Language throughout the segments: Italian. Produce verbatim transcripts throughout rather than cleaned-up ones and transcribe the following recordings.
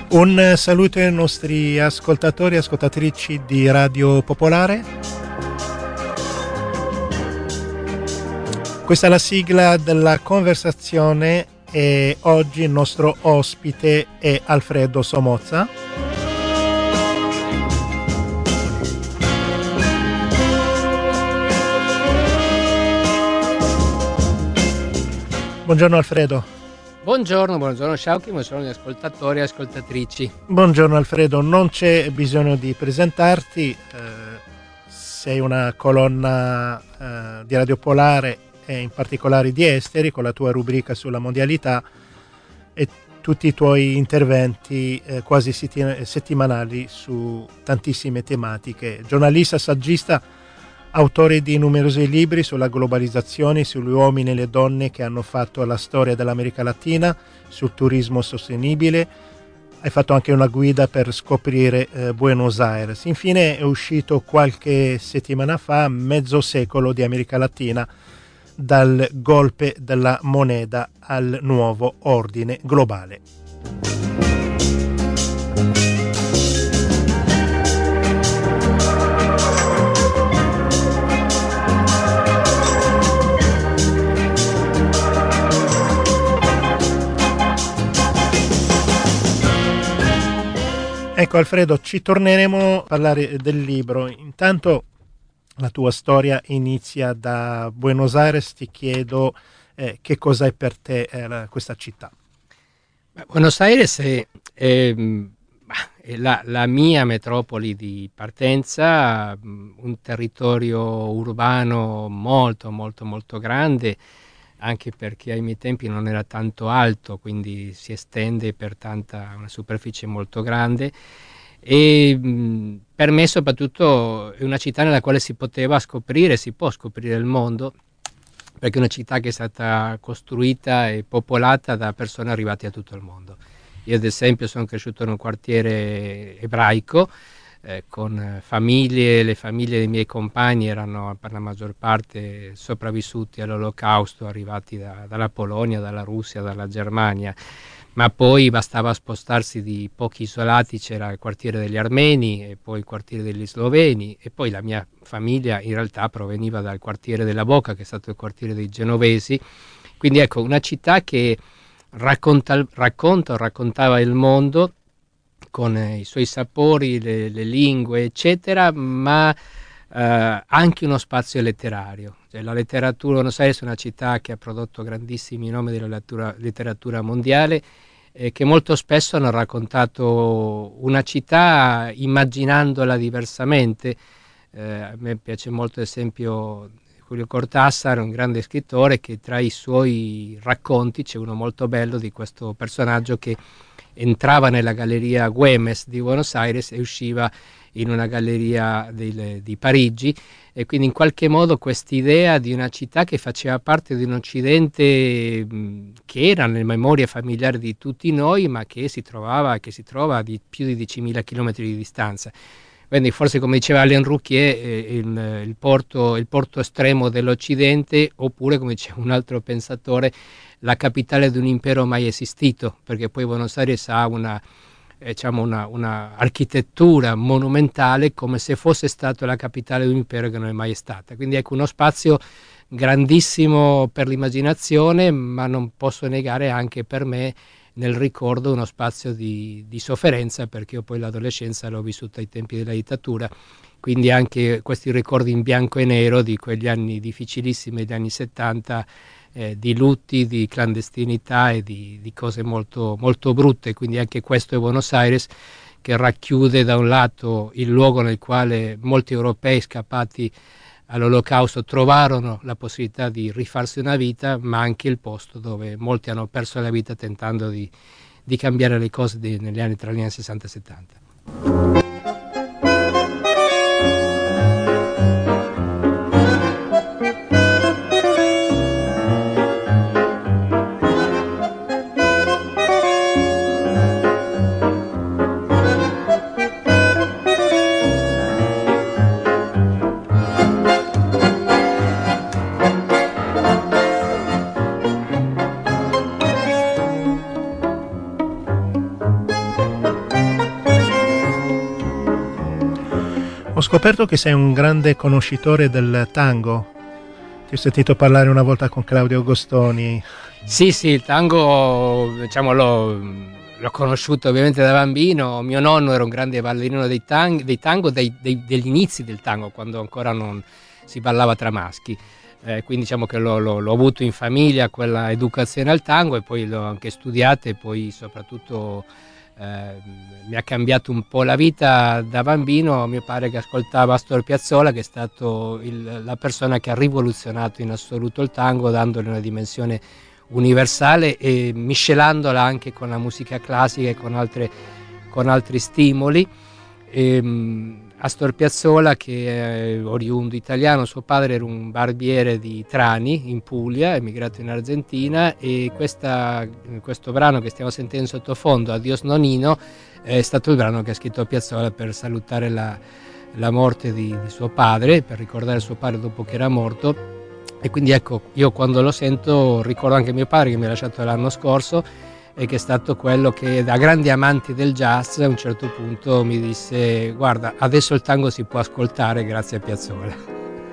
Un saluto ai nostri ascoltatori e ascoltatrici di Radio Popolare. Questa è la sigla della conversazione e oggi il nostro ospite è Alfredo Somozza. Buongiorno Alfredo. Buongiorno, buongiorno Sciauchi, buongiorno agli ascoltatori e ascoltatrici. Buongiorno Alfredo, non c'è bisogno di presentarti, eh, sei una colonna eh, di Radio Popolare e in particolare di Esteri con la tua rubrica sulla mondialità e tutti i tuoi interventi eh, quasi settimanali su tantissime tematiche. Giornalista, saggista, autore di numerosi libri sulla globalizzazione, sugli uomini e le donne che hanno fatto la storia dell'America Latina, sul turismo sostenibile. Hai fatto anche una guida per scoprire eh, Buenos Aires. Infine è uscito qualche settimana fa Mezzo secolo di America Latina, dal golpe della moneta al nuovo ordine globale. Ecco Alfredo, ci torneremo a parlare del libro. Intanto la tua storia inizia da Buenos Aires, ti chiedo eh, che cosa è per te eh, questa città. Buenos Aires è, è, è la, la mia metropoli di partenza, un territorio urbano molto molto molto grande, anche perché ai miei tempi non era tanto alto, quindi si estende per tanta una superficie molto grande e mh, per me soprattutto è una città nella quale si poteva scoprire, si può scoprire il mondo, perché è una città che è stata costruita e popolata da persone arrivate da tutto il mondo. Io ad esempio sono cresciuto in un quartiere ebraico, Eh, con famiglie, le famiglie dei miei compagni erano per la maggior parte sopravvissuti all'Olocausto, arrivati da, dalla Polonia, dalla Russia, dalla Germania, ma poi bastava spostarsi di pochi isolati, c'era il quartiere degli armeni e poi il quartiere degli sloveni e poi la mia famiglia in realtà proveniva dal quartiere della Boca, che è stato il quartiere dei genovesi, quindi ecco una città che racconta, racconta o raccontava il mondo con i suoi sapori, le, le lingue, eccetera, ma eh, anche uno spazio letterario. Cioè, la letteratura, Buenos Aires è una città che ha prodotto grandissimi nomi della letteratura, letteratura mondiale e che molto spesso hanno raccontato una città immaginandola diversamente. Eh, a me piace molto l'esempio di Julio Cortázar, un grande scrittore, che tra i suoi racconti c'è uno molto bello di questo personaggio che entrava nella galleria Güemes di Buenos Aires e usciva in una galleria di, di Parigi, e quindi in qualche modo quest'idea di una città che faceva parte di un Occidente mh, che era nelle memorie familiari di tutti noi, ma che si trovava, che si trova a di più di diecimila chilometri di distanza. Quindi forse, come diceva Alain Rouquier, eh, il, il, porto, il porto estremo dell'Occidente, oppure come diceva un altro pensatore, la capitale di un impero mai esistito, perché poi Buenos Aires ha una, eh, diciamo una, una architettura monumentale come se fosse stata la capitale di un impero che non è mai stata. Quindi ecco uno spazio grandissimo per l'immaginazione, ma non posso negare anche per me nel ricordo uno spazio di, di sofferenza, perché io poi l'adolescenza l'ho vissuta ai tempi della dittatura, quindi anche questi ricordi in bianco e nero di quegli anni difficilissimi, degli anni settanta, eh, di lutti, di clandestinità e di, di cose molto, molto brutte. Quindi anche questo è Buenos Aires, che racchiude da un lato il luogo nel quale molti europei scappati all'Olocausto trovarono la possibilità di rifarsi una vita, ma anche il posto dove molti hanno perso la vita tentando di, di cambiare le cose di, negli anni tra gli anni sessanta e settanta. scoperto che sei un grande conoscitore del tango. Ti ho sentito parlare una volta con Claudio Agostoni. Sì, sì, il tango, diciamo, l'ho, l'ho conosciuto ovviamente da bambino. Mio nonno era un grande ballerino dei, tang, dei tango, dei, dei, degli inizi del tango, quando ancora non si ballava tra maschi. Eh, quindi diciamo che l'ho, l'ho, l'ho avuto in famiglia quella educazione al tango, e poi l'ho anche studiata, e poi soprattutto eh, mi ha cambiato un po' la vita da bambino. Mio padre che ascoltava Astor Piazzolla, che è stato il, la persona che ha rivoluzionato in assoluto il tango, dandole una dimensione universale e miscelandola anche con la musica classica e con, altre, con altri stimoli. E, Astor Piazzolla, che è oriundo italiano, suo padre era un barbiere di Trani in Puglia, emigrato in Argentina, e questa, questo brano che stiamo sentendo in sottofondo, Adios Nonino, è stato il brano che ha scritto Piazzolla per salutare la, la morte di, di suo padre, per ricordare suo padre dopo che era morto. E quindi ecco, io quando lo sento ricordo anche mio padre, che mi ha lasciato l'anno scorso, e che è stato quello che, da grandi amanti del jazz, a un certo punto mi disse: guarda, adesso il tango si può ascoltare grazie a Piazzolla.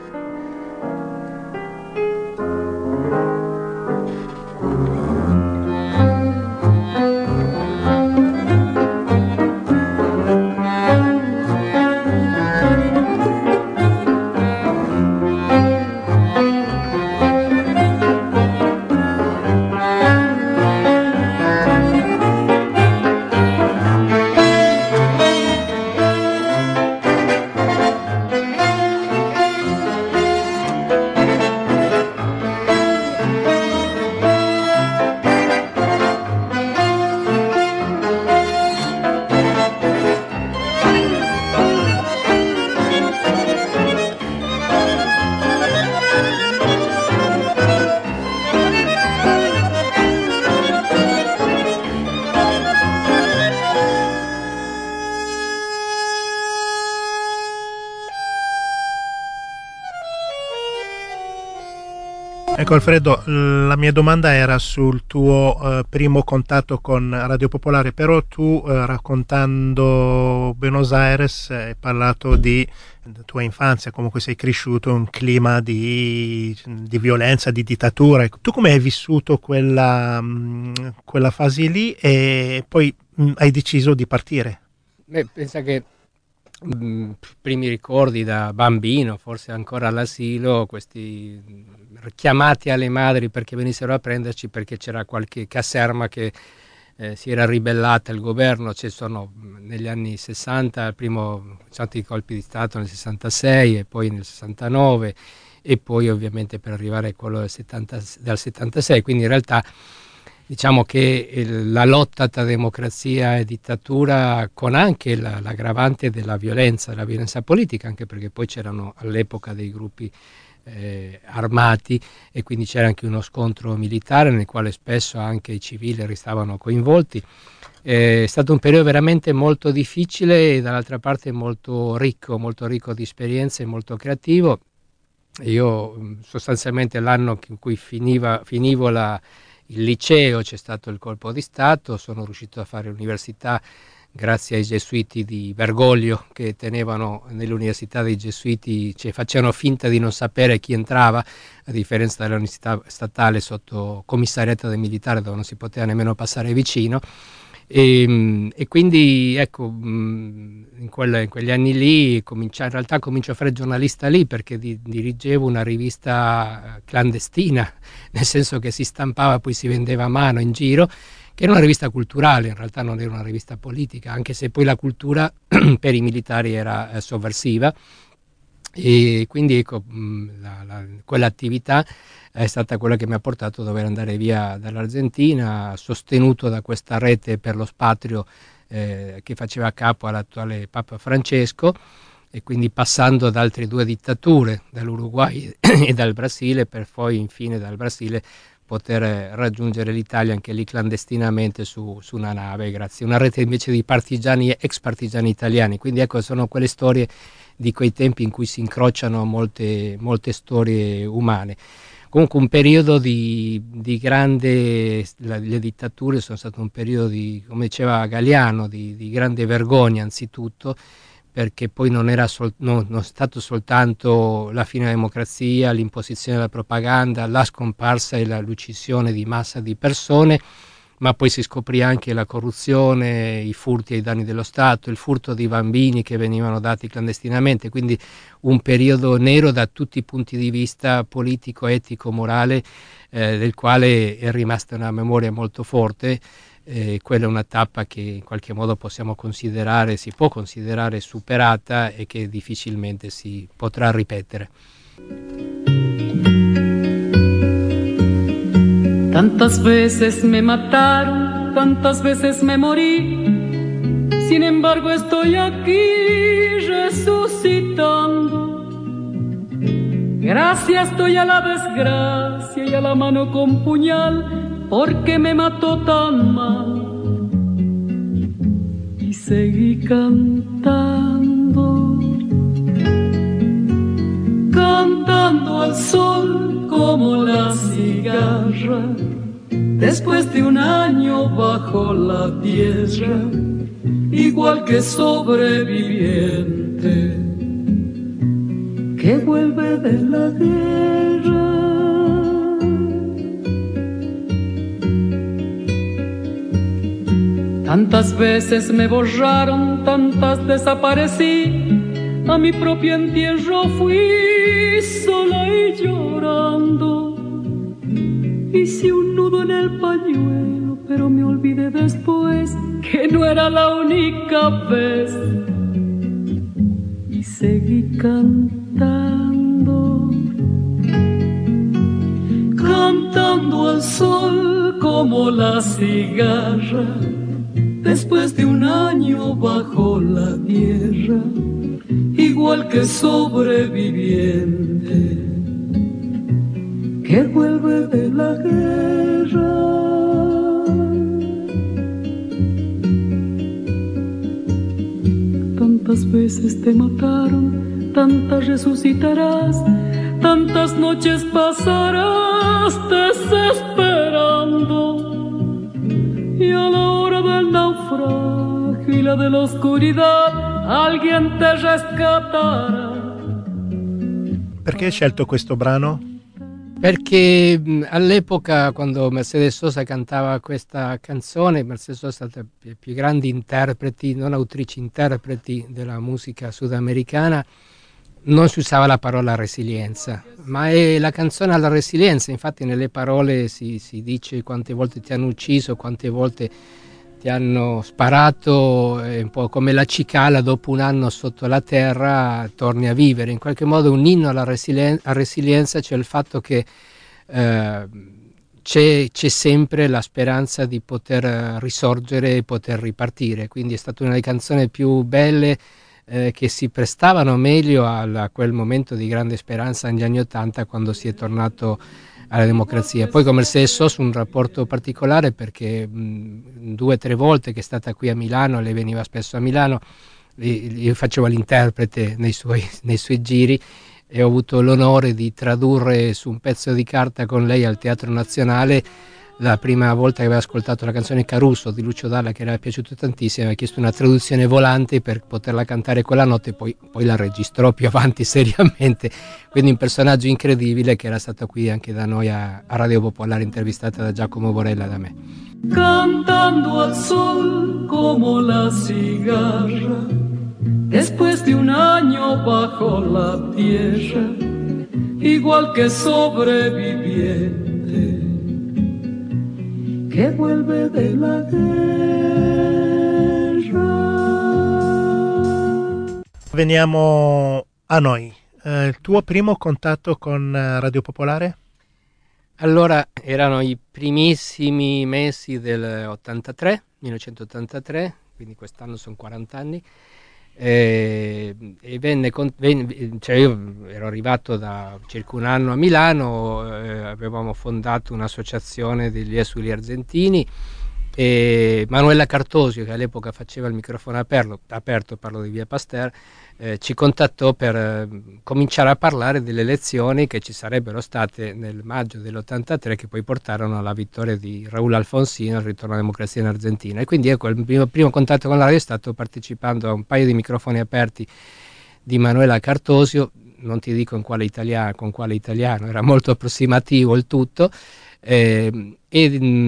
Ecco Alfredo, la mia domanda era sul tuo eh, primo contatto con Radio Popolare, però tu eh, raccontando Buenos Aires hai parlato di tua infanzia, comunque sei cresciuto in un clima di, di violenza, di dittatura. Tu come hai vissuto quella, mh, quella fase lì e poi mh, hai deciso di partire? Beh, pensa che mh, primi ricordi da bambino, forse ancora all'asilo, questi chiamati alle madri perché venissero a prenderci perché c'era qualche caserma che eh, si era ribellata al governo. Ci sono negli anni sessanta, il primo stati i colpi di Stato nel sessantasei e poi nel sessantanove, e poi ovviamente per arrivare a quello del, settanta, del settantasei, quindi in realtà diciamo che il, la lotta tra democrazia e dittatura, con anche la, l'aggravante della violenza, della violenza politica, anche perché poi c'erano all'epoca dei gruppi eh, armati, e quindi c'era anche uno scontro militare nel quale spesso anche i civili restavano coinvolti. Eh, è stato un periodo veramente molto difficile e dall'altra parte molto ricco, molto ricco di esperienze, molto creativo. Io sostanzialmente l'anno in cui finiva, finivo la il liceo c'è stato il colpo di Stato, sono riuscito a fare l'università grazie ai gesuiti di Bergoglio, che tenevano nell'università dei gesuiti, cioè facevano finta di non sapere chi entrava, a differenza dell'università statale sotto commissariato del militare, dove non si poteva nemmeno passare vicino. E, e quindi ecco, in, quelle, in quegli anni lì comincia, in realtà comincio a fare giornalista lì perché di, dirigevo una rivista clandestina, nel senso che si stampava poi si vendeva a mano in giro, che era una rivista culturale, in realtà non era una rivista politica, anche se poi la cultura per i militari era eh, sovversiva. E quindi ecco, la, la, quell'attività è stata quella che mi ha portato a dover andare via dall'Argentina, sostenuto da questa rete per lo spatrio eh, che faceva capo all'attuale Papa Francesco, e quindi passando ad altre due dittature, dall'Uruguay e dal Brasile, per poi infine dal Brasile poter raggiungere l'Italia anche lì clandestinamente su, su una nave, grazie a una rete invece di partigiani e ex partigiani italiani. Quindi ecco, sono quelle storie di quei tempi in cui si incrociano molte, molte storie umane. Comunque un periodo di, di grande, la, le dittature sono stato un periodo di, come diceva Galiano, di, di grande vergogna anzitutto, perché poi non era sol- no, non è stato soltanto la fine della democrazia, l'imposizione della propaganda, la scomparsa e la l'uccisione di massa di persone, ma poi si scoprì anche la corruzione, i furti ai danni dello Stato, il furto di bambini che venivano dati clandestinamente, quindi un periodo nero da tutti i punti di vista politico, etico, morale, eh, del quale è rimasta una memoria molto forte. Eh, quella è una tappa che in qualche modo possiamo considerare, si può considerare superata e che difficilmente si potrà ripetere. Tantas veces me mataron, tantas veces me morí, sin embargo estoy aquí resucitando. Gracias doy a la desgracia y a la mano con puñal, porque me mató tan mal. Y seguí cantando, cantando al sol como la cigarra, después de un año bajo la tierra, igual que sobreviviente que vuelve de la guerra. Tantas veces me borraron, tantas desaparecí, a mi propio entierro fui sola y llorando. Hice un nudo en el pañuelo, pero me olvidé después que no era la única vez. Y seguí cantando, cantando al sol como la cigarra, después de un año bajo la tierra, igual que sobreviviente que vuelve de la guerra. Tantas veces te mataron, tantas resucitarás, tantas noches pasarás desesperando, y a la hora del naufragio y la de la oscuridad alguien te rescatarà. Perché hai scelto questo brano? Perché mh, all'epoca, quando Mercedes Sosa cantava questa canzone, Mercedes Sosa è stata tra i più grandi interpreti, non autrici, interpreti della musica sudamericana, non si usava la parola resilienza, ma è la canzone alla resilienza. Infatti nelle parole si, si dice quante volte ti hanno ucciso, quante volte ti hanno sparato, è un po' come la cicala dopo un anno sotto la terra torni a vivere. In qualche modo un inno alla resilien- a resilienza, cioè il fatto che eh, c'è, c'è sempre la speranza di poter risorgere e poter ripartire. Quindi è stata una delle canzoni più belle eh, che si prestavano meglio a, a quel momento di grande speranza negli anni Ottanta, quando si è tornato alla democrazia. Poi con Mercedes Sosa un rapporto particolare, perché mh, due o tre volte che è stata qui a Milano, lei veniva spesso a Milano, io facevo l'interprete nei suoi, nei suoi giri, e ho avuto l'onore di tradurre su un pezzo di carta con lei al Teatro Nazionale. La prima volta che aveva ascoltato la canzone Caruso di Lucio Dalla, che le era piaciuto tantissimo, aveva chiesto una traduzione volante per poterla cantare quella notte, poi, poi la registrò più avanti seriamente. Quindi un personaggio incredibile, che era stato qui anche da noi a, a Radio Popolare, intervistata da Giacomo Borella, da me. Cantando al sol como la cigarra, después de un año bajo la tierra, igual que sobreviviente che vuelve de la guerra. Veniamo a noi. Eh, il tuo primo contatto con Radio Popolare? Allora, erano i primissimi mesi del ottantatré, millenovecentottantatré, quindi quest'anno sono quaranta anni, e, e venne, venne, cioè io ero arrivato da circa un anno a Milano, eh, avevamo fondato un'associazione degli esuli argentini, E Manuela Cartosio, che all'epoca faceva il microfono aperto, aperto parlo di Via Pasteur, eh, ci contattò per eh, cominciare a parlare delle elezioni che ci sarebbero state nel maggio dell'ottantatré, che poi portarono alla vittoria di Raúl Alfonsín, al ritorno alla democrazia in Argentina. E quindi ecco, il primo, primo contatto con la radio è stato partecipando a un paio di microfoni aperti di Manuela Cartosio, non ti dico in quale italiano, con quale italiano, era molto approssimativo il tutto. Eh, e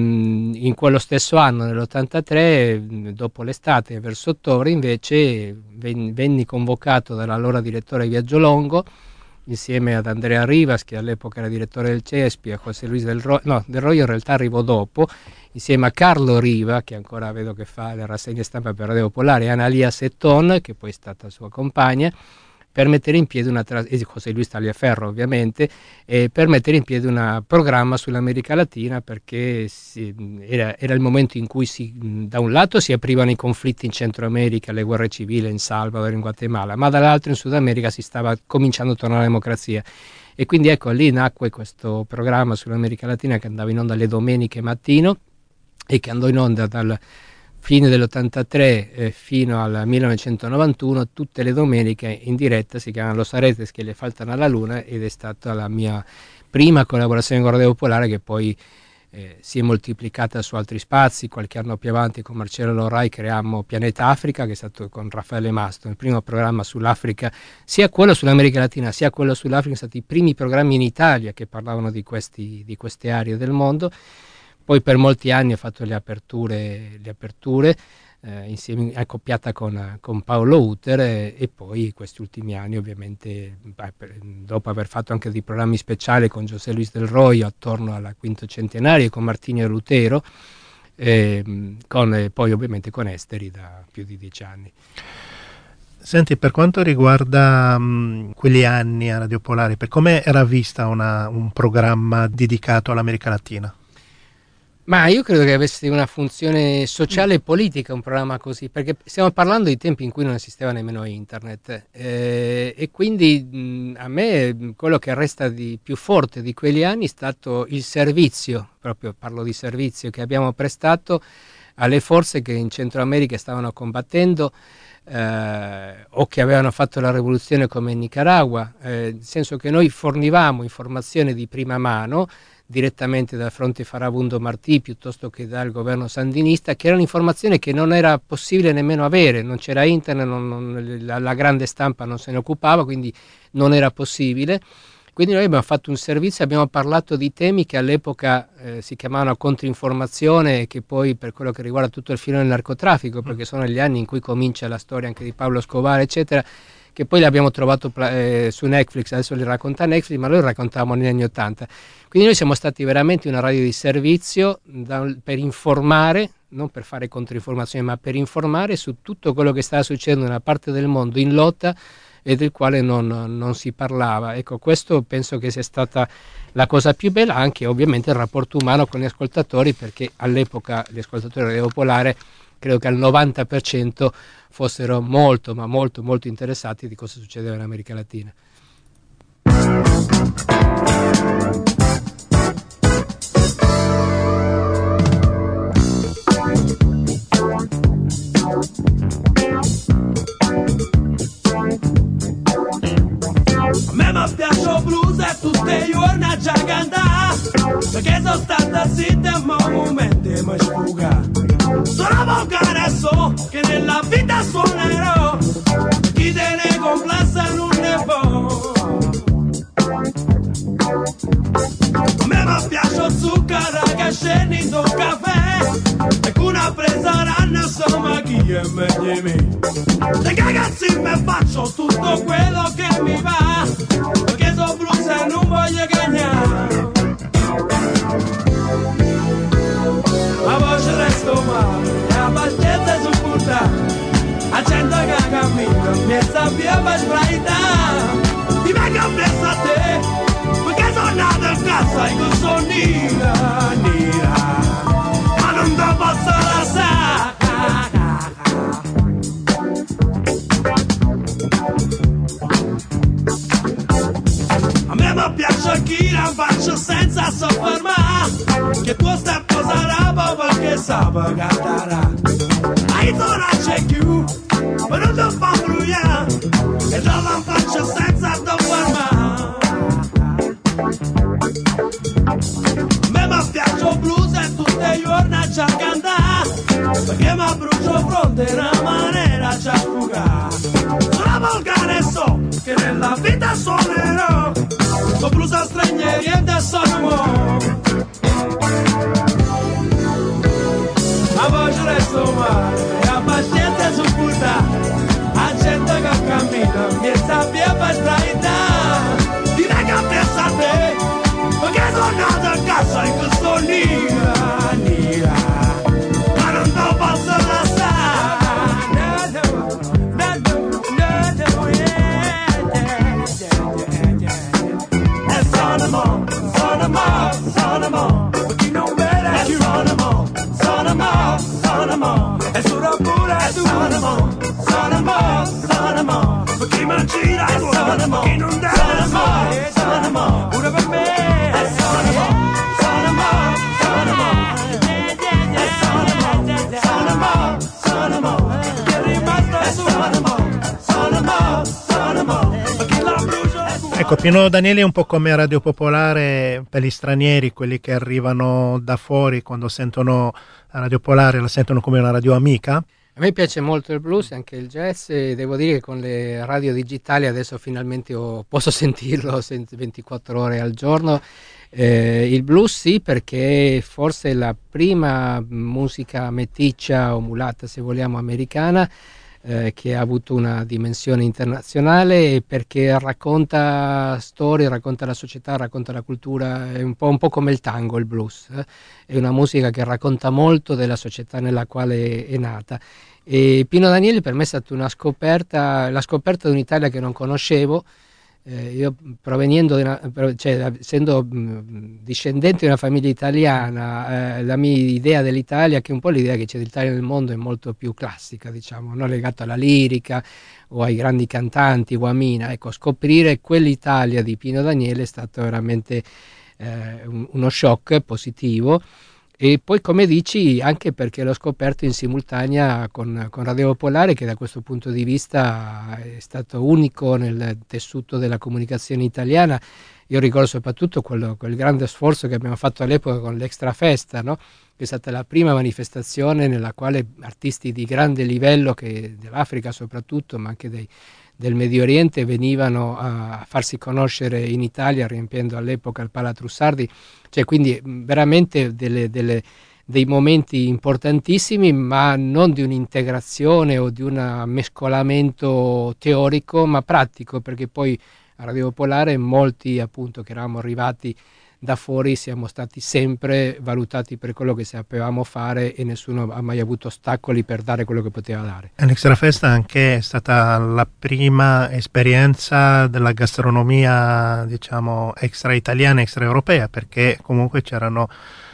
in quello stesso anno, nell'ottantatré, dopo l'estate, verso ottobre, invece ven, venni convocato dall'allora direttore Viaggio Longo, insieme ad Andrea Rivas, che all'epoca era direttore del CESPI, a José Luis Del Royo, no, Del Royo in realtà arrivò dopo, insieme a Carlo Riva, che ancora vedo che fa le rassegne stampa per Radio Popolare, e Analia Setton, che poi è stata sua compagna, per mettere in piedi una tra- e José Luis Tagliaferro ovviamente, eh, per mettere in piedi un programma sull'America Latina, perché si, era, era il momento in cui si, da un lato si aprivano i conflitti in Centro America, le guerre civili in Salvador, in Guatemala, ma dall'altro in Sud America si stava cominciando a tornare alla democrazia. E quindi ecco, lì nacque questo programma sull'America Latina che andava in onda le domeniche mattino e che andò in onda dal fine dell'ottantatré eh, fino al millenovecentonovantuno, tutte le domeniche in diretta. Si chiamano Los Aretes che le faltano alla luna, ed è stata la mia prima collaborazione con Radio Popolare, che poi eh, si è moltiplicata su altri spazi. Qualche anno più avanti con Marcello Lorai creammo Pianeta Africa, che è stato con Raffaele Maston il primo programma sull'Africa, sia quello sull'America Latina sia quello sull'Africa, sono stati i primi programmi in Italia che parlavano di, questi, di queste aree del mondo. Poi per molti anni ho fatto le aperture, le aperture eh, insieme, accoppiata con, con Paolo Uter, e, e poi questi ultimi anni ovviamente, beh, per, dopo aver fatto anche dei programmi speciali con José Luis Del Royo attorno al quinto centenario e con Martinio Lutero, eh, con, e poi ovviamente con Esteri da più di dieci anni. Senti, per quanto riguarda mh, quegli anni a Radio Popolare, per come era vista una, un programma dedicato all'America Latina? Ma io credo che avesse una funzione sociale e politica un programma così, perché stiamo parlando di tempi in cui non esisteva nemmeno internet, eh, e quindi mh, a me quello che resta di più forte di quegli anni è stato il servizio, proprio parlo di servizio, che abbiamo prestato alle forze che in Centro America stavano combattendo, eh, o che avevano fatto la rivoluzione come in Nicaragua, eh, nel senso che noi fornivamo informazioni di prima mano direttamente dal fronte Farabundo Martí piuttosto che dal governo sandinista, che erano informazioni che non era possibile nemmeno avere, non c'era internet, non, non, la, la grande stampa non se ne occupava, quindi non era possibile. Quindi noi abbiamo fatto un servizio, abbiamo parlato di temi che all'epoca eh, si chiamavano controinformazione, e che poi per quello che riguarda tutto il filone del narcotraffico, perché sono gli anni in cui comincia la storia anche di Pablo Escobar eccetera, che poi l'abbiamo trovato eh, su Netflix, adesso li racconta Netflix, ma noi li raccontavamo negli anni Ottanta. Quindi noi siamo stati veramente una radio di servizio da, per informare, non per fare controinformazione, ma per informare su tutto quello che stava succedendo nella parte del mondo in lotta e del quale non, non si parlava. Ecco, questo penso che sia stata la cosa più bella, anche ovviamente il rapporto umano con gli ascoltatori, perché all'epoca gli ascoltatori di Radio Popolare credo che al novanta per cento fossero molto, ma molto, molto interessati di cosa succedeva in America Latina. A me mi piace il blues e tutti i giorni a già cantare, perché sono stata zitta e ma momenti mi sfuga. Sono vocale so che nella vita suonerò, chi te ne complassa non ne può. A me mi piace il zucchero che scende in un caffè, e con una presa ranna insomma chi è meglio di me. Le ragazzi mi faccio tutto quello che mi va, perché sono blues e non voglio cagnare. La voce resto male, la pazienza è supportata, la gente che cammina mi sta via per sbraitare. Ti vengo presso a te, perché sono nata in casa e non sono nera, nera, ma non ti posso lasciare. A me mi piace chi la non faccio senza soffermare, che tuo step sarà perché sa per cantare. Hai tu non c'è più, ma non ti fa bruciare, e già non faccio senza soffermare. Me mi piace il blues e tutte le giorni c'è a cantare, perché mi brucio fronte una maniera c'è a sfugare. Sono volgare so che nella vita suonerò, con blues a stranieri e da sono mo. La voce resto male, la pazienza supportata, la gente che cammina mi sta via per strada. Ti venga a pensare, perché sono nato a casa in questo nera, nera, ma non ti posso lasciare. E sono mo, sono mo, sono mo, perché non vede più. Sono mo, sono mo, sono mo, e sono pure tu. Sono mo, sono mo, sono mo, perché mi gira il tuo, perché non deve mai. Sono mo, pure per me. Sono mo, sono mo, sono mo, e sono mo, sono mo, sono mo, che è rimasto su. Sono mo, sono mo, sono mo, perché la brucio. Ecco, Pino Danieli è un po' come Radio Popolare per gli stranieri, quelli che arrivano da fuori quando sentono la Radio Popolare, la sentono come una radio amica. A me piace molto il blues e anche il jazz, e devo dire che con le radio digitali adesso finalmente ho, posso sentirlo ventiquattro ore al giorno. Eh, il blues sì, perché forse è la prima musica meticcia o mulatta, se vogliamo, americana, eh, che ha avuto una dimensione internazionale, e perché racconta storie, racconta la società, racconta la cultura. È un po', un po' come il tango, il blues, eh? È una musica che racconta molto della società nella quale è nata. E Pino Danieli per me è stata una scoperta, la scoperta di un'Italia che non conoscevo. Eh, io proveniendo, di una, cioè, essendo mh, discendente di una famiglia italiana, eh, la mia idea dell'Italia, che è un po' l'idea che c'è dell'Italia nel mondo, è molto più classica, diciamo, non legata alla lirica o ai grandi cantanti o a Mina. Ecco, scoprire quell'Italia di Pino Danieli è stato veramente eh, un, uno shock positivo. E poi, come dici, anche perché l'ho scoperto in simultanea con, con Radio Popolare, che da questo punto di vista è stato unico nel tessuto della comunicazione italiana. Io ricordo soprattutto quello, quel grande sforzo che abbiamo fatto all'epoca con l'Extra Festa, no? Che è stata la prima manifestazione nella quale artisti di grande livello, che dell'Africa soprattutto, ma anche dei, del Medio Oriente, venivano a farsi conoscere in Italia, riempiendo all'epoca il Pala Trussardi. Cioè, quindi veramente delle, delle, dei momenti importantissimi, ma non di un'integrazione o di un mescolamento teorico, ma pratico, perché poi a Radio Popolare molti, appunto, che eravamo arrivati da fuori, siamo stati sempre valutati per quello che sapevamo fare, e nessuno ha mai avuto ostacoli per dare quello che poteva dare. L'Extra Festa anche è stata la prima esperienza della gastronomia, diciamo, extra italiana, extra europea, perché comunque c'erano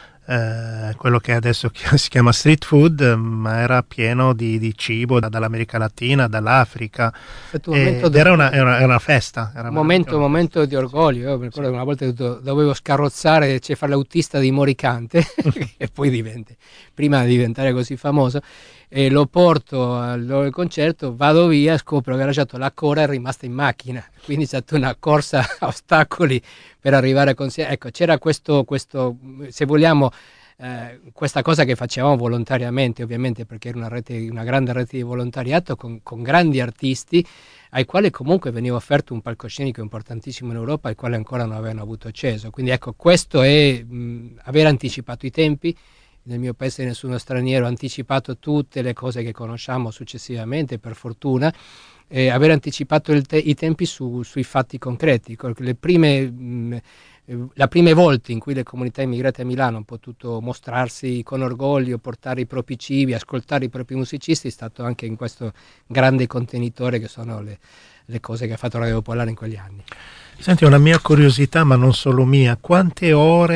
eh, quello che adesso si chiama street food, ma era pieno di, di cibo da, dall'America Latina, dall'Africa, ed era una, era una festa. Era un momento, una momento festa. Di orgoglio. Io mi ricordo che una volta dovevo scarrozzare, cioè fare l'autista di Moricante, e poi diventa, prima di diventare così famoso, e lo porto al concerto, vado via, scopro che ha lasciato la cora e è rimasta in macchina, quindi c'è stata una corsa a ostacoli per arrivare a consigliare. Ecco, c'era questo, questo se vogliamo, eh, questa cosa che facevamo volontariamente, ovviamente, perché era una, rete, una grande rete di volontariato con, con grandi artisti ai quali comunque veniva offerto un palcoscenico importantissimo in Europa, ai quali ancora non avevano avuto accesso. Quindi ecco, questo è mh, aver anticipato i tempi. Nel mio paese nessuno straniero ha anticipato tutte le cose che conosciamo successivamente, per fortuna, eh, aver anticipato il te- i tempi su, sui fatti concreti. Le prime, mh, la prime volte in cui le comunità immigrate a Milano hanno potuto mostrarsi con orgoglio, portare i propri cibi, ascoltare i propri musicisti, è stato anche in questo grande contenitore che sono le, le cose che ha fatto Radio Popolare in quegli anni. Senti, una mia curiosità, ma non solo mia, quante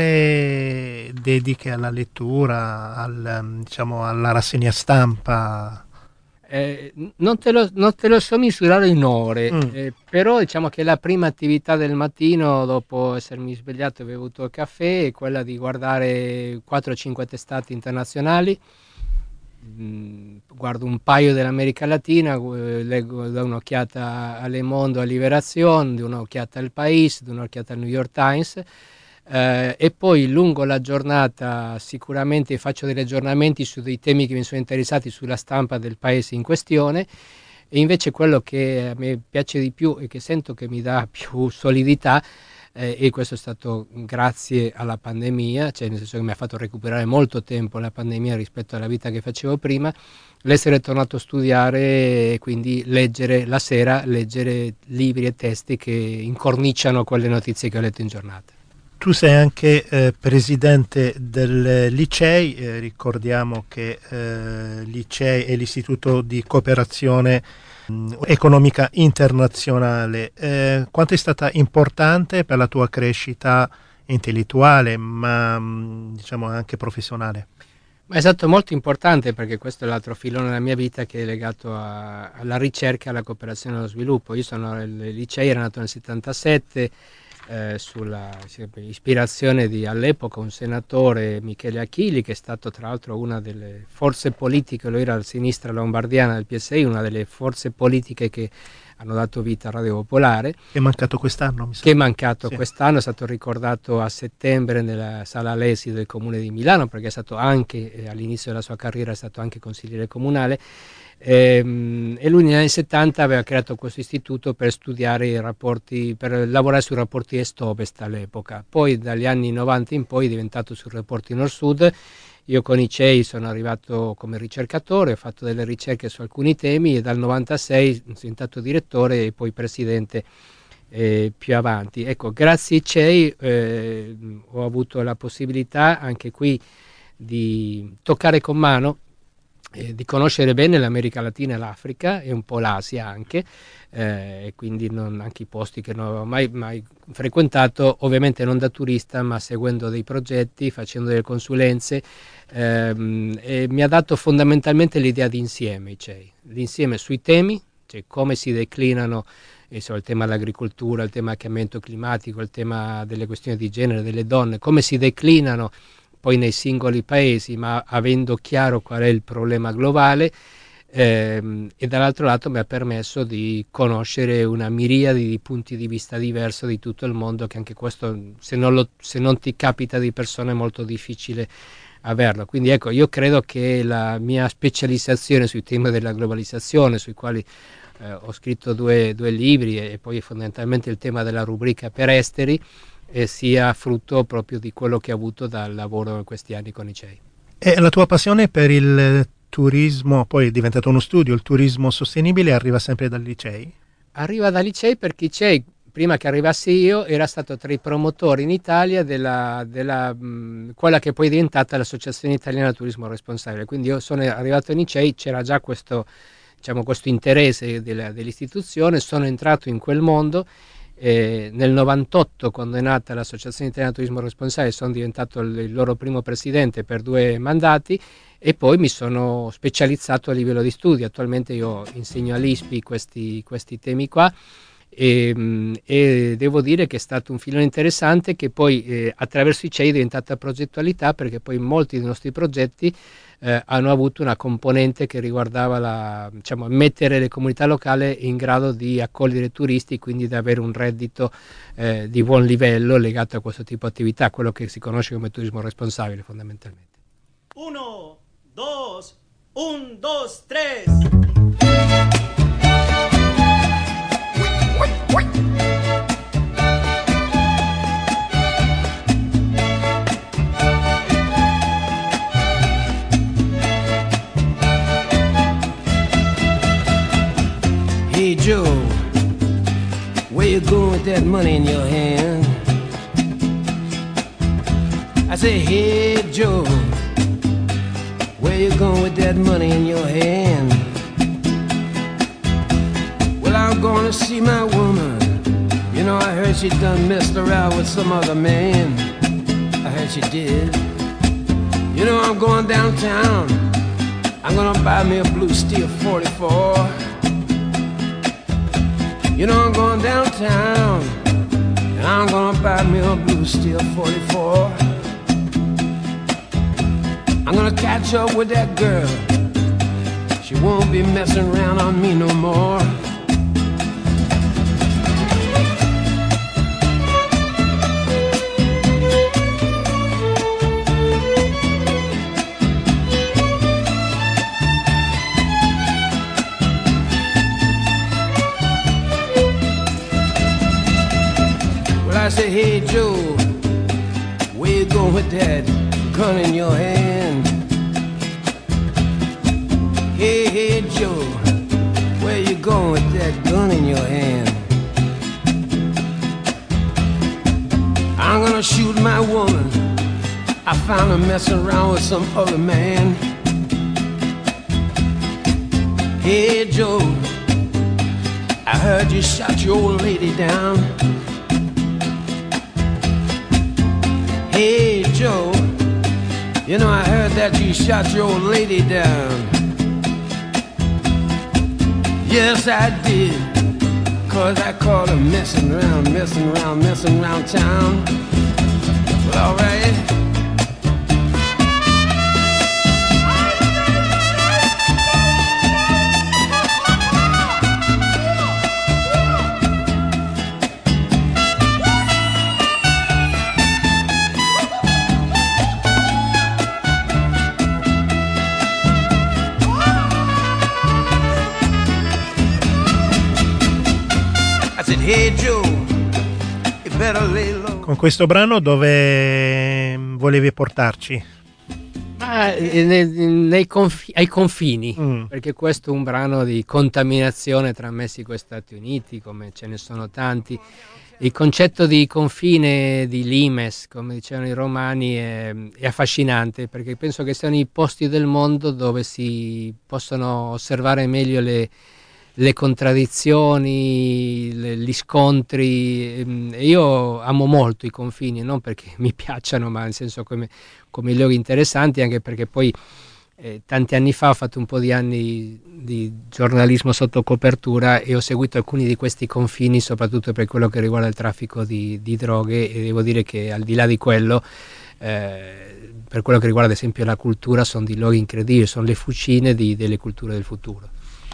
ore dediche alla lettura, al, diciamo, alla rassegna stampa? Eh, non, te lo, non te lo so misurare in ore, Mm. eh, però diciamo che la prima attività del mattino, dopo essermi svegliato e bevuto il caffè, è quella di guardare quattro o cinque testate internazionali. Mm, guardo un paio dell'America Latina, eh, leggo da un'occhiata a Le Monde, a Liberazione, di un'occhiata al País, di un'occhiata al New York Times. Eh, e poi lungo la giornata sicuramente faccio degli aggiornamenti su dei temi che mi sono interessati sulla stampa del paese in questione, e invece quello che a me piace di più e che sento che mi dà più solidità, eh, e questo è stato grazie alla pandemia, cioè nel senso che mi ha fatto recuperare molto tempo la pandemia rispetto alla vita che facevo prima, l'essere tornato a studiare e quindi leggere la sera, leggere libri e testi che incorniciano quelle notizie che ho letto in giornata. Tu sei anche eh, presidente del Licei, eh, ricordiamo che eh, Licei è l'istituto di cooperazione mh, economica internazionale. Eh, quanto è stata importante per la tua crescita intellettuale, ma mh, diciamo anche professionale? Ma è stato molto importante, perché questo è l'altro filone della mia vita che è legato a, alla ricerca e alla cooperazione e allo sviluppo. Io sono al Licei, era nato nel settantasette, Eh, sulla ispirazione di all'epoca un senatore, Michele Achilli, che è stato tra l'altro una delle forze politiche, lo era a sinistra lombardiana del P S I, una delle forze politiche che hanno dato vita a Radio Popolare. È mancato quest'anno, mi sa. Che è mancato Sì. quest'anno, è stato ricordato a settembre nella Sala Lesi del Comune di Milano, perché è stato anche, eh, all'inizio della sua carriera, è stato anche consigliere comunale. Ehm, e lui negli anni settanta aveva creato questo istituto per studiare i rapporti, per lavorare sui rapporti est-ovest all'epoca. Poi dagli anni novanta in poi è diventato sui rapporti nord-sud. Io con i C E I sono arrivato come ricercatore, ho fatto delle ricerche su alcuni temi e dal novantasei sono diventato direttore e poi presidente eh, più avanti. Ecco, grazie ai C E I eh, ho avuto la possibilità anche qui di toccare con mano, Eh, di conoscere bene l'America Latina e l'Africa e un po' l'Asia anche, eh, e quindi non, anche i posti che non avevo mai, mai frequentato, ovviamente non da turista ma seguendo dei progetti, facendo delle consulenze, ehm, e mi ha dato fondamentalmente l'idea di insieme, cioè, l'insieme sui temi, cioè come si declinano, insomma, il tema dell'agricoltura, il tema del cambiamento climatico, il tema delle questioni di genere, delle donne, come si declinano poi nei singoli paesi, ma avendo chiaro qual è il problema globale, ehm, e dall'altro lato mi ha permesso di conoscere una miriade di punti di vista diversi di tutto il mondo, che anche questo, se non, lo, se non ti capita di persona, è molto difficile averlo. Quindi ecco, io credo che la mia specializzazione sui temi della globalizzazione, sui quali eh, ho scritto due, due libri, e poi fondamentalmente il tema della rubrica per esteri, e sia frutto proprio di quello che ho avuto dal lavoro in questi anni con i C E I. E la tua passione per il turismo, poi è diventato uno studio, il turismo sostenibile, arriva sempre dal Licei? Arriva dal Licei perché i C E I, prima che arrivassi io, era stato tra i promotori in Italia della, della mh, quella che poi è diventata l'Associazione Italiana Turismo Responsabile. Quindi io sono arrivato in I C E I, c'era già questo, diciamo, questo interesse della, dell'istituzione, sono entrato in quel mondo. Eh, nel novantotto, quando è nata l'Associazione Italiana Turismo Responsabile, sono diventato il, il loro primo presidente per due mandati, e poi mi sono specializzato a livello di studio. Attualmente io insegno all'I S P I questi, questi temi qua, e, e devo dire che è stato un filone interessante, che poi eh, attraverso i C E I è diventata progettualità, perché poi molti dei nostri progetti eh, hanno avuto una componente che riguardava la, diciamo, mettere le comunità locali in grado di accogliere turisti, quindi di avere un reddito eh, di buon livello legato a questo tipo di attività, quello che si conosce come turismo responsabile fondamentalmente. Uno, dos, un, dos, tres. Hey Joe, where you going with that money in your hand? I say, hey Joe, where you going with that money in your hand? Well, I'm gonna see my woman. You know, I heard she done messed around with some other man. I heard she did. You know, I'm going downtown I'm gonna buy me a blue steel forty-four. You know I'm going downtown, and I'm gonna buy me a blue steel forty-four. I'm gonna catch up with that girl. She won't be messing around on me no more. I say, hey Joe, where you going with that gun in your hand? Hey, hey Joe, where you going with that gun in your hand? I'm gonna shoot my woman. I found her messing around with some other man. Hey Joe, I heard you shot your old lady down. Hey Joe, you know I heard that you shot your old lady down. Yes I did, cause I caught her messing around, messing around, messing around town. Well alright. Con questo brano dove volevi portarci? Ah, nei, nei confi- ai confini, Mm. perché questo è un brano di contaminazione tra Messico e Stati Uniti, come ce ne sono tanti. Il concetto di confine, di limes, come dicevano i romani, è, è affascinante, perché penso che siano i posti del mondo dove si possono osservare meglio le le contraddizioni, le, gli scontri. Io amo molto i confini, non perché mi piacciono, ma nel senso come, come luoghi interessanti, anche perché poi eh, tanti anni fa ho fatto un po' di anni di giornalismo sotto copertura e ho seguito alcuni di questi confini, soprattutto per quello che riguarda il traffico di, di droghe, e devo dire che al di là di quello, eh, per quello che riguarda ad esempio la cultura, sono dei luoghi incredibili, sono le fucine di, delle culture del futuro.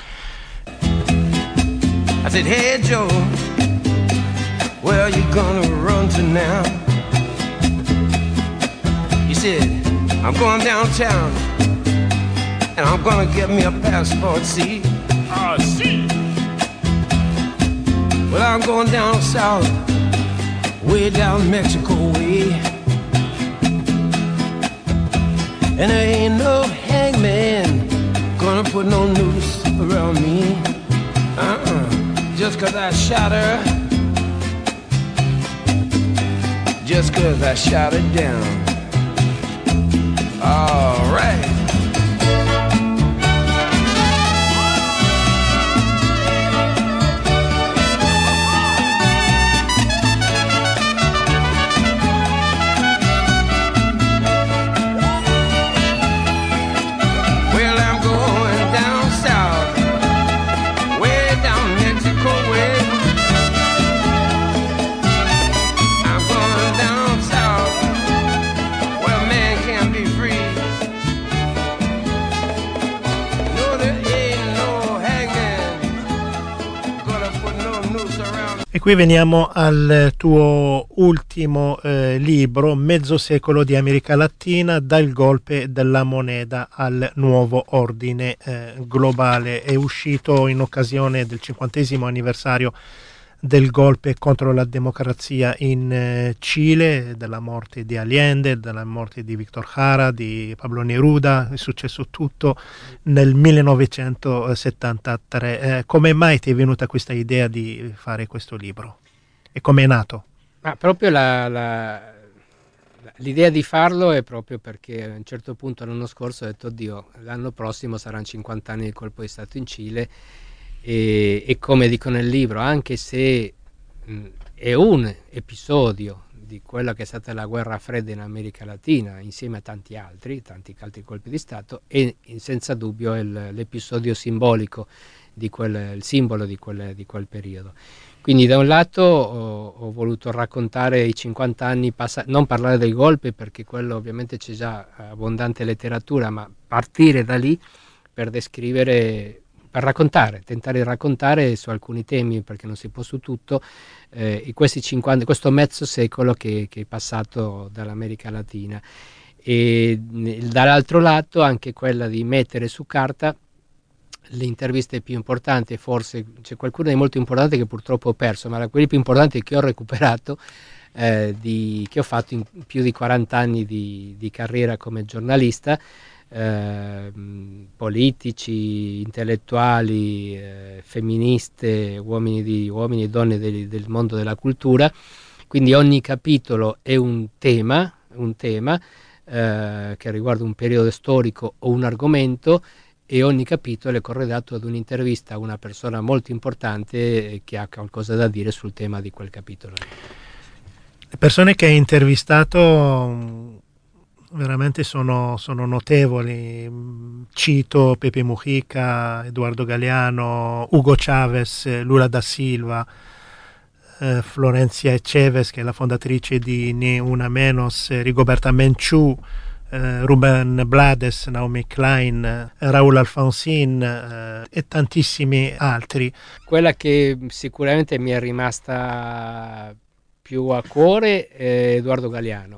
I said, hey Joe, where are you gonna run to now? He said, I'm going downtown, and I'm gonna get me a passport, see? Ah, see. Well, I'm going down south, way down Mexico way. And there ain't no hangman gonna put no noose around me. Uh-uh. Just cause I shot her, just cause I shot her down. All right. Well, I'm going down south, way down Mexico way. I'm going down south, where man can be free. No, there ain't no hangman gonna put no noose around. E qui veniamo al tuo ultimo eh, libro, Mezzo secolo di America Latina, dal golpe della moneta al nuovo ordine eh, globale. È uscito in occasione del cinquantesimo anniversario del golpe contro la democrazia in eh, Cile, della morte di Allende, della morte di Víctor Jara, di Pablo Neruda. È successo tutto nel millenovecentosettantatré. Eh, come mai ti è venuta questa idea di fare questo libro? E come è nato? Ma proprio la, la, l'idea di farlo è proprio perché a un certo punto l'anno scorso ho detto, oddio, l'anno prossimo saranno cinquanta anni del colpo di Stato in Cile. E, e come dico nel libro, anche se mh, è un episodio di di quella che è stata la guerra fredda in America Latina, insieme a tanti altri, tanti altri colpi di Stato, e senza dubbio il, l'episodio simbolico, di quel, il simbolo di quel, di quel periodo. Quindi da un lato ho, ho voluto raccontare i cinquanta anni passati, non parlare del golpe perché quello ovviamente c'è già abbondante letteratura, ma partire da lì per descrivere, per raccontare, tentare di raccontare su alcuni temi, perché non si può su tutto, eh, questi cinquanta, questo mezzo secolo che, che è passato dall'America Latina. E dall'altro lato anche quella di mettere su carta le interviste più importanti, forse c'è qualcuna di molto importante che purtroppo ho perso, ma quelle più importanti che ho recuperato, eh, di, che ho fatto in più di quaranta anni di, di carriera come giornalista, eh, politici, intellettuali, eh, femministe, uomini, di, uomini e donne del, del mondo della cultura. Quindi ogni capitolo è un tema, un tema eh, che riguarda un periodo storico o un argomento, e ogni capitolo è corredato ad un'intervista a una persona molto importante che ha qualcosa da dire sul tema di quel capitolo. Le persone che hai intervistato veramente sono, sono notevoli. Cito Pepe Mujica, Eduardo Galeano, Hugo Chavez, Lula da Silva, eh, Florencia Echévez, che è la fondatrice di Ni Una Menos, Rigoberta Menchú, Uh, Ruben Blades, Naomi Klein, uh, Raúl Alfonsín uh, e tantissimi altri. Quella che sicuramente mi è rimasta più a cuore è Eduardo Galeano,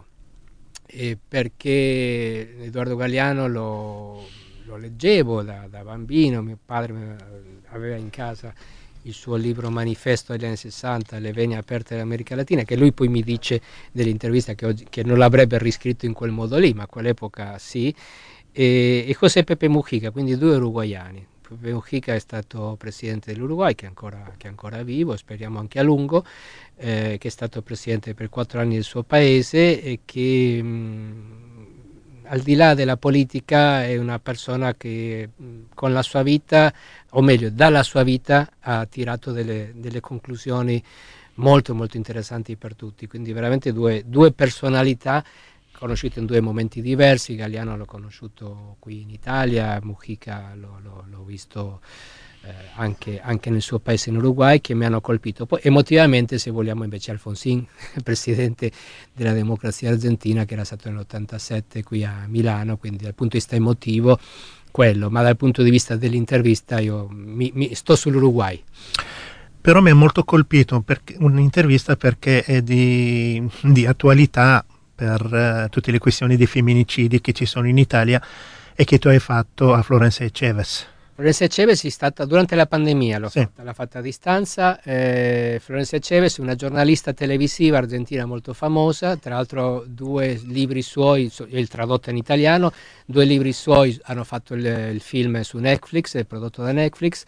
e perché Eduardo Galeano lo, lo leggevo da, da bambino, mio padre aveva in casa il suo libro Manifesto degli anni sessanta, Le vene aperte dell'America Latina, che lui poi mi dice nell'intervista che, oggi, che non l'avrebbe riscritto in quel modo lì, ma a quell'epoca sì, e, e José Pepe Mujica, quindi due uruguaiani. Pepe Mujica è stato presidente dell'Uruguay, che è ancora, che è ancora vivo, speriamo anche a lungo, eh, che è stato presidente per quattro anni del suo paese e che mh, al di là della politica è una persona che con la sua vita, o meglio dalla sua vita, ha tirato delle, delle conclusioni molto molto interessanti per tutti, quindi veramente due, due personalità conosciute in due momenti diversi. Galeano l'ho conosciuto qui in Italia, Mujica l'ho, l'ho, l'ho visto eh, anche, anche nel suo paese in Uruguay, che mi hanno colpito. Poi emotivamente, se vogliamo, invece Alfonsín, presidente della democrazia argentina, che era stato nell'ottantasette qui a Milano, quindi dal punto di vista emotivo quello, ma dal punto di vista dell'intervista io mi, mi sto sull'Uruguay. Però mi ha molto colpito perché, un'intervista perché è di, di attualità per uh, tutte le questioni dei femminicidi che ci sono in Italia e che tu hai fatto a Florencia Echévez. Florencia Echévez è stata durante la pandemia, l'ho, sì. fatta, l'ha fatta a distanza. eh, Florencia Echévez è una giornalista televisiva argentina molto famosa, tra l'altro due libri suoi, il tradotto in italiano, due libri suoi hanno fatto il, il film su Netflix, è prodotto da Netflix.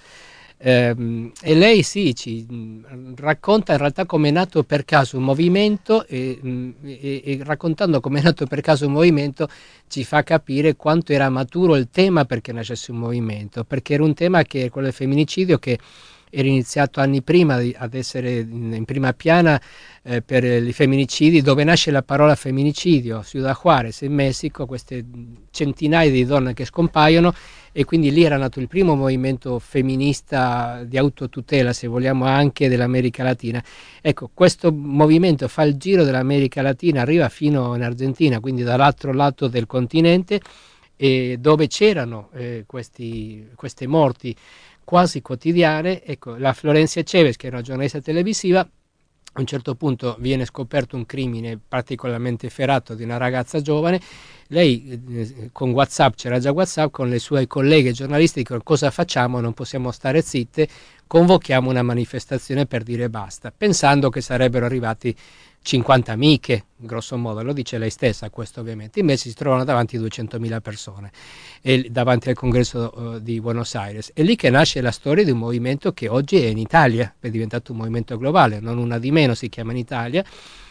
Eh, e lei sì, ci mh, racconta in realtà come è nato per caso un movimento e, mh, e, e raccontando come è nato per caso un movimento ci fa capire quanto era maturo il tema perché nascesse un movimento, perché era un tema che è quello del femminicidio, che era iniziato anni prima di, ad essere in, in prima piana eh, per i femminicidi, dove nasce la parola femminicidio, Ciudad Juárez in Messico, queste centinaia di donne che scompaiono, e quindi lì era nato il primo movimento femminista di autotutela, se vogliamo, anche dell'America Latina. Ecco, questo movimento fa il giro dell'America Latina, arriva fino in Argentina, quindi dall'altro lato del continente, e dove c'erano eh, questi, queste morti quasi quotidiane. Ecco, la Florencia Echévez, che è una giornalista televisiva, a un certo punto viene scoperto un crimine particolarmente efferato di una ragazza giovane. Lei eh, con WhatsApp, c'era già WhatsApp, con le sue colleghe giornaliste dicono: cosa facciamo? Non possiamo stare zitte, convochiamo una manifestazione per dire basta, pensando che sarebbero arrivati cinquanta amiche, grosso modo, lo dice lei stessa questo ovviamente, invece si trovano davanti duecentomila persone e, davanti al congresso uh, di Buenos Aires. È lì che nasce la storia di un movimento che oggi è in Italia, è diventato un movimento globale, non una di meno, si chiama in Italia,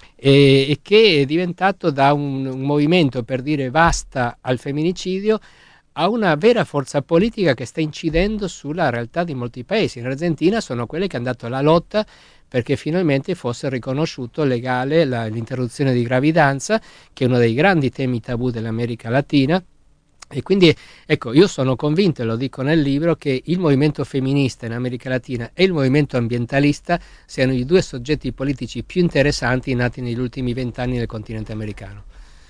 e, e che è diventato da un, un movimento per dire basta al femminicidio a una vera forza politica che sta incidendo sulla realtà di molti paesi. In Argentina sono quelle che hanno dato la lotta perché finalmente fosse riconosciuto legale la, l'interruzione di gravidanza, che è uno dei grandi temi tabù dell'America Latina. E quindi ecco, io sono convinto, e lo dico nel libro, che il movimento femminista in America Latina e il movimento ambientalista siano i due soggetti politici più interessanti nati negli ultimi vent'anni nel continente americano.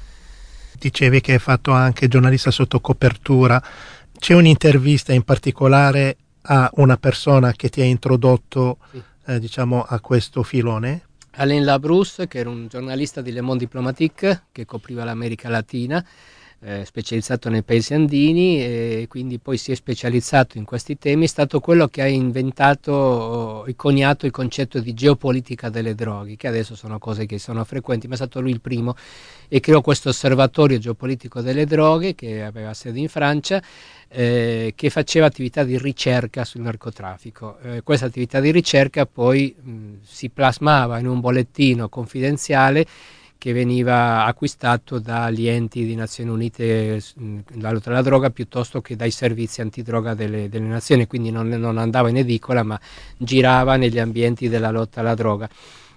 Dicevi che hai fatto anche giornalista sotto copertura. C'è un'intervista in particolare a una persona che ti ha introdotto, sì. eh, diciamo, a questo filone? Alain Labrousse, che era un giornalista di Le Monde Diplomatique che copriva l'America Latina, Eh, specializzato nei paesi andini, e quindi poi si è specializzato in questi temi. È stato quello che ha inventato e coniato il concetto di geopolitica delle droghe, che adesso sono cose che sono frequenti, ma è stato lui il primo, e creò questo osservatorio geopolitico delle droghe che aveva sede in Francia, eh, che faceva attività di ricerca sul narcotraffico. Eh, questa attività di ricerca poi mh, si plasmava in un bollettino confidenziale che veniva acquistato dagli enti di Nazioni Unite la lotta alla droga piuttosto che dai servizi antidroga delle, delle nazioni, quindi non, non andava in edicola ma girava negli ambienti della lotta alla droga.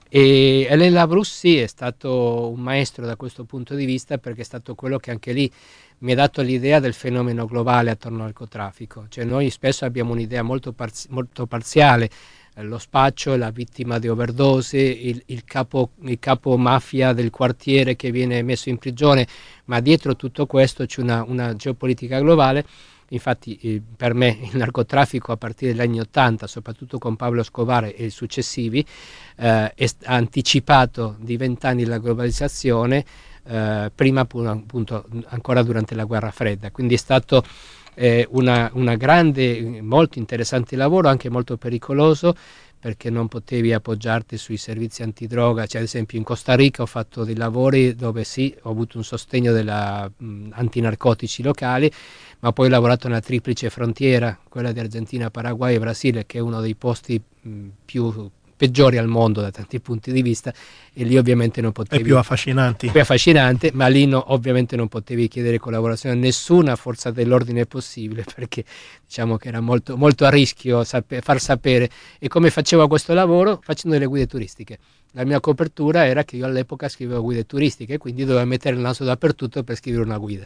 E Alain Labrousse sì, è stato un maestro da questo punto di vista, perché è stato quello che anche lì mi ha dato l'idea del fenomeno globale attorno al narcotraffico. Cioè noi spesso abbiamo un'idea molto, parzi- molto parziale, lo spaccio, la vittima di overdose, il, il, capo, il capo mafia del quartiere che viene messo in prigione, ma dietro tutto questo c'è una, una geopolitica globale. Infatti eh, per me il narcotraffico a partire dagli anni ottanta, soprattutto con Pablo Escobar e i successivi, eh, è, ha anticipato di vent'anni la globalizzazione, eh, prima appunto ancora durante la guerra fredda, quindi è stato Eh, una, una grande, molto interessante lavoro, anche molto pericoloso, perché non potevi appoggiarti sui servizi antidroga. Cioè, ad esempio in Costa Rica ho fatto dei lavori dove sì, ho avuto un sostegno della mh, antinarcotici locali, ma poi ho lavorato nella triplice frontiera, quella di Argentina, Paraguay e Brasile, che è uno dei posti mh, più peggiori al mondo da tanti punti di vista, e lì ovviamente non potevi... È più affascinanti. Più affascinante, ma lì no, ovviamente non potevi chiedere collaborazione a nessuna forza dell'ordine possibile, perché diciamo che era molto, molto a rischio sape- far sapere. E come facevo questo lavoro? Facendo delle guide turistiche. La mia copertura era che io all'epoca scrivevo guide turistiche, quindi dovevo mettere il naso dappertutto per scrivere una guida.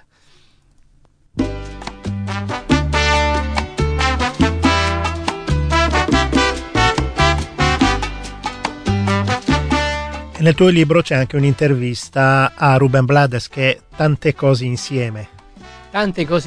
Nel tuo libro c'è anche un'intervista a Rubén Blades, che è Tante cose insieme. Tante cose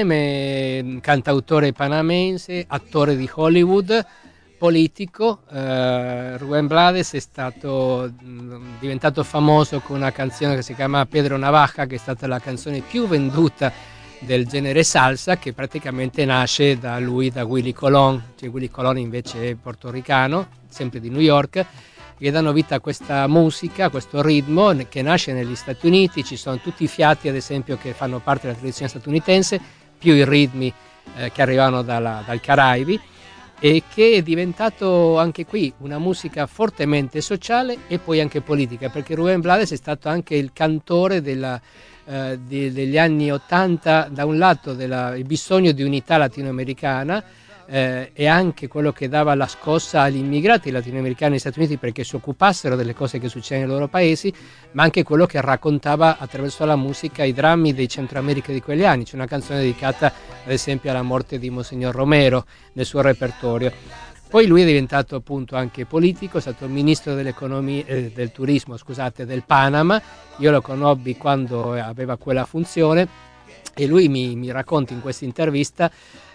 insieme, cantautore panamense, attore di Hollywood, politico. eh, Rubén Blades è stato mh, diventato famoso con una canzone che si chiama Pedro Navaja, che è stata la canzone più venduta del genere salsa, che praticamente nasce da lui, da Willie Colón. Cioè, Willie Colón invece è portoricano, sempre di New York, che danno vita a questa musica, a questo ritmo che nasce negli Stati Uniti. Ci sono tutti i fiati, ad esempio, che fanno parte della tradizione statunitense, più i ritmi eh, che arrivano dalla, dal Caraibi, e che è diventato anche qui una musica fortemente sociale e poi anche politica, perché Rubén Blades è stato anche il cantore della, eh, de, degli anni ottanta, da un lato della, il bisogno di unità latinoamericana, Eh, e anche quello che dava la scossa agli immigrati latinoamericani negli Stati Uniti perché si occupassero delle cose che succedono nei loro paesi, ma anche quello che raccontava attraverso la musica i drammi dei Centro America di quegli anni. C'è una canzone dedicata ad esempio alla morte di Monsignor Romero nel suo repertorio. Poi lui è diventato appunto anche politico, è stato ministro dell'economia, eh, del turismo, scusate, del Panama. Io lo conobbi quando aveva quella funzione, e lui mi, mi racconta in questa intervista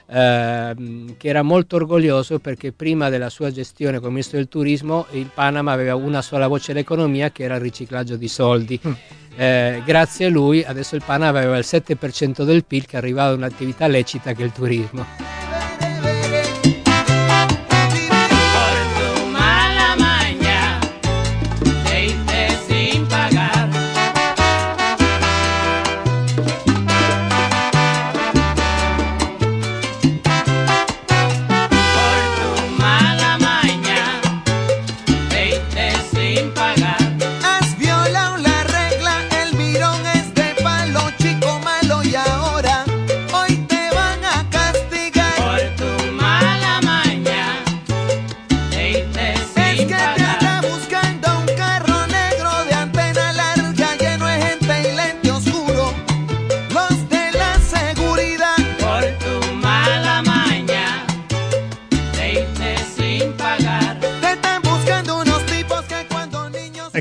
Eh, che era molto orgoglioso perché prima della sua gestione come ministro del turismo il Panama aveva una sola voce all'economia, che era il riciclaggio di soldi. Mm. Eh, grazie a lui adesso il Panama aveva il sette per cento del P I L che arrivava da un'attività lecita che è il turismo. Malo, chico malo, y ahora hoy te van a castigar.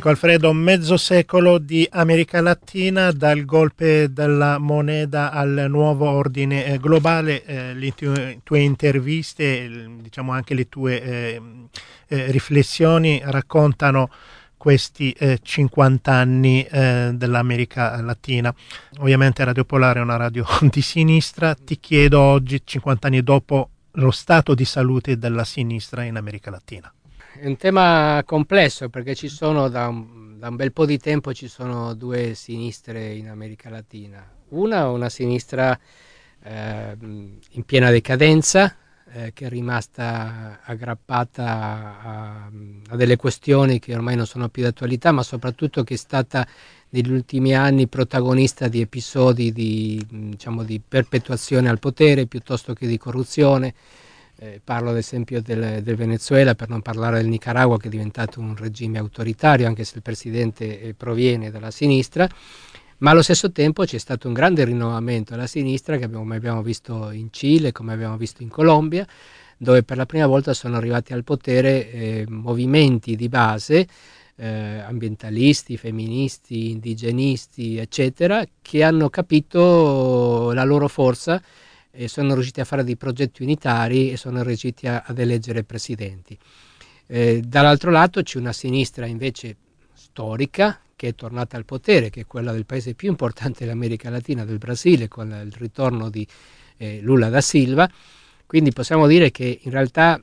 Ecco Alfredo, mezzo secolo di America Latina, dal golpe della moneta al nuovo ordine globale. Eh, le tue, tue interviste, diciamo anche le tue eh, eh, riflessioni raccontano questi eh, cinquanta anni eh, dell'America Latina. Ovviamente Radio Polare è una radio di sinistra. Ti chiedo oggi, cinquanta anni dopo, lo stato di salute della sinistra in America Latina. È un tema complesso perché ci sono da un, da un bel po' di tempo ci sono due sinistre in America Latina. Una, una sinistra eh, in piena decadenza, eh, che è rimasta aggrappata a, a delle questioni che ormai non sono più d'attualità, ma soprattutto che è stata negli ultimi anni protagonista di episodi di, diciamo, di perpetuazione al potere piuttosto che di corruzione. Eh, parlo ad esempio del, del Venezuela, per non parlare del Nicaragua, che è diventato un regime autoritario anche se il presidente eh, proviene dalla sinistra, ma allo stesso tempo c'è stato un grande rinnovamento alla sinistra, che abbiamo, come abbiamo visto in Cile, come abbiamo visto in Colombia, dove per la prima volta sono arrivati al potere eh, movimenti di base, eh, ambientalisti, femministi, indigenisti, eccetera, che hanno capito la loro forza e sono riusciti a fare dei progetti unitari e sono riusciti a, ad eleggere presidenti. Eh, dall'altro lato c'è una sinistra invece storica che è tornata al potere, che è quella del paese più importante dell'America Latina, del Brasile, con il ritorno di eh, Lula da Silva. Quindi possiamo dire che in realtà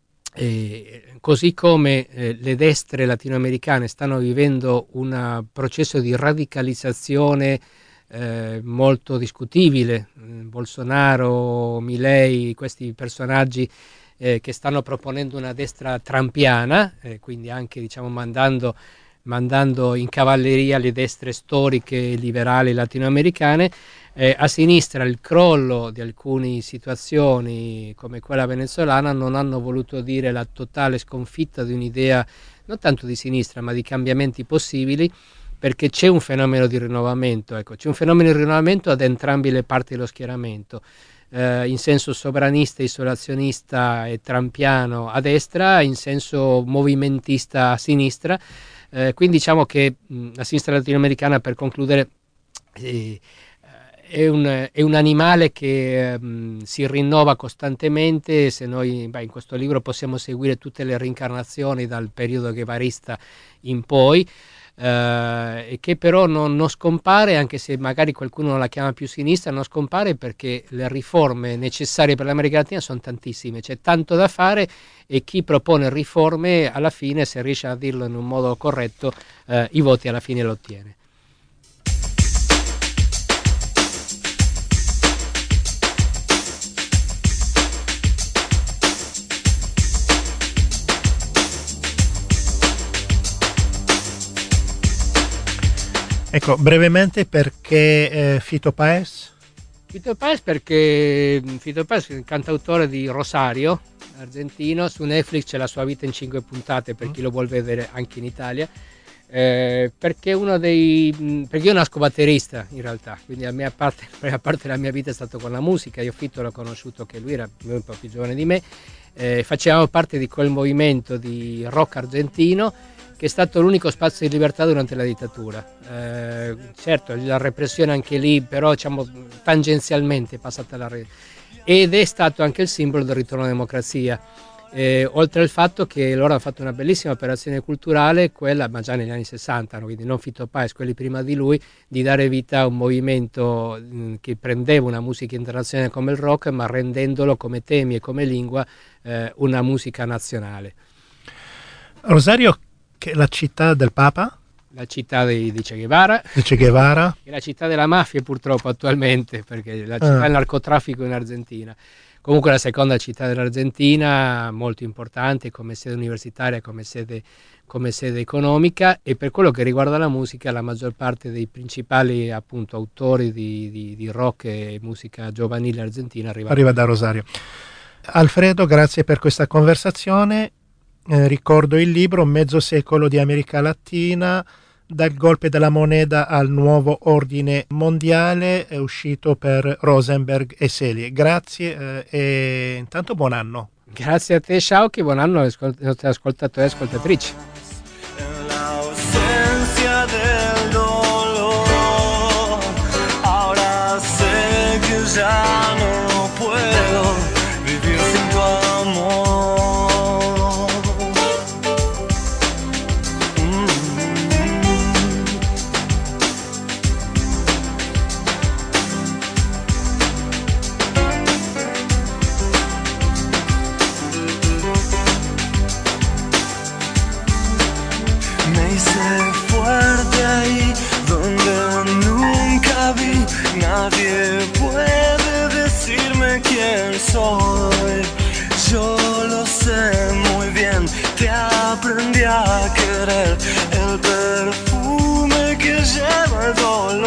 eh, così come eh, le destre latinoamericane stanno vivendo un processo di radicalizzazione Eh, molto discutibile, Bolsonaro, Milei, questi personaggi eh, che stanno proponendo una destra trumpiana, eh, quindi anche diciamo mandando, mandando in cavalleria le destre storiche liberali latinoamericane. Eh, a sinistra il crollo di alcune situazioni come quella venezuelana non hanno voluto dire la totale sconfitta di un'idea non tanto di sinistra ma di cambiamenti possibili, perché c'è un fenomeno di rinnovamento, ecco, c'è un fenomeno di rinnovamento ad entrambi le parti dello schieramento, eh, in senso sovranista, isolazionista e trumpiano a destra, in senso movimentista a sinistra, eh, quindi diciamo che mh, la sinistra latinoamericana, per concludere, eh, è, un, è un animale che mh, si rinnova costantemente. Se noi beh, in questo libro possiamo seguire tutte le reincarnazioni dal periodo guevarista in poi, Uh, e che però non, non scompare, anche se magari qualcuno non la chiama più sinistra, non scompare perché le riforme necessarie per l'America Latina sono tantissime, c'è tanto da fare e chi propone riforme alla fine, se riesce a dirlo in un modo corretto, uh, i voti alla fine lo ottiene. Ecco, brevemente perché eh, Fito Páez? Fito Páez perché Fito Páez è il cantautore di Rosario, argentino, su Netflix c'è la sua vita in cinque puntate per chi lo vuol vedere anche in Italia, eh, perché uno dei perché io nasco batterista in realtà, quindi la mia parte, la prima parte della mia vita è stata con la musica. Io Fito l'ho conosciuto che lui era un po' più giovane di me, eh, facevamo parte di quel movimento di rock argentino che è stato l'unico spazio di libertà durante la dittatura. Eh, certo, la repressione anche lì, però diciamo tangenzialmente è passata la re... ed è stato anche il simbolo del ritorno alla democrazia. Eh, oltre al fatto che loro hanno fatto una bellissima operazione culturale, quella, ma già negli anni sessanta, no? Quindi non Fito Páez, quelli prima di lui, di dare vita a un movimento mh, che prendeva una musica internazionale come il rock, ma rendendolo come temi e come lingua eh, una musica nazionale. Rosario, che è la città del Papa? La città di, di Che Guevara. Di Che Guevara. E la città della mafia purtroppo attualmente, perché la città ah. del narcotraffico in Argentina. Comunque la seconda città dell'Argentina, molto importante come sede universitaria, come sede, come sede economica, e per quello che riguarda la musica la maggior parte dei principali appunto autori di, di, di rock e musica giovanile argentina arriva, arriva da Rosario. Alfredo, grazie per questa conversazione. Eh, ricordo il libro Mezzo secolo di America Latina, dal golpe della moneta al nuovo ordine mondiale, è uscito per Rosenberg e Seli. Grazie eh, e intanto buon anno. Grazie a te, Sciauchi, buon anno ai nostri ascoltatori e ascoltatrici. Nadie puede decirme quién soy. Yo lo sé muy bien, te aprendí a querer. El perfume que lleva el dolor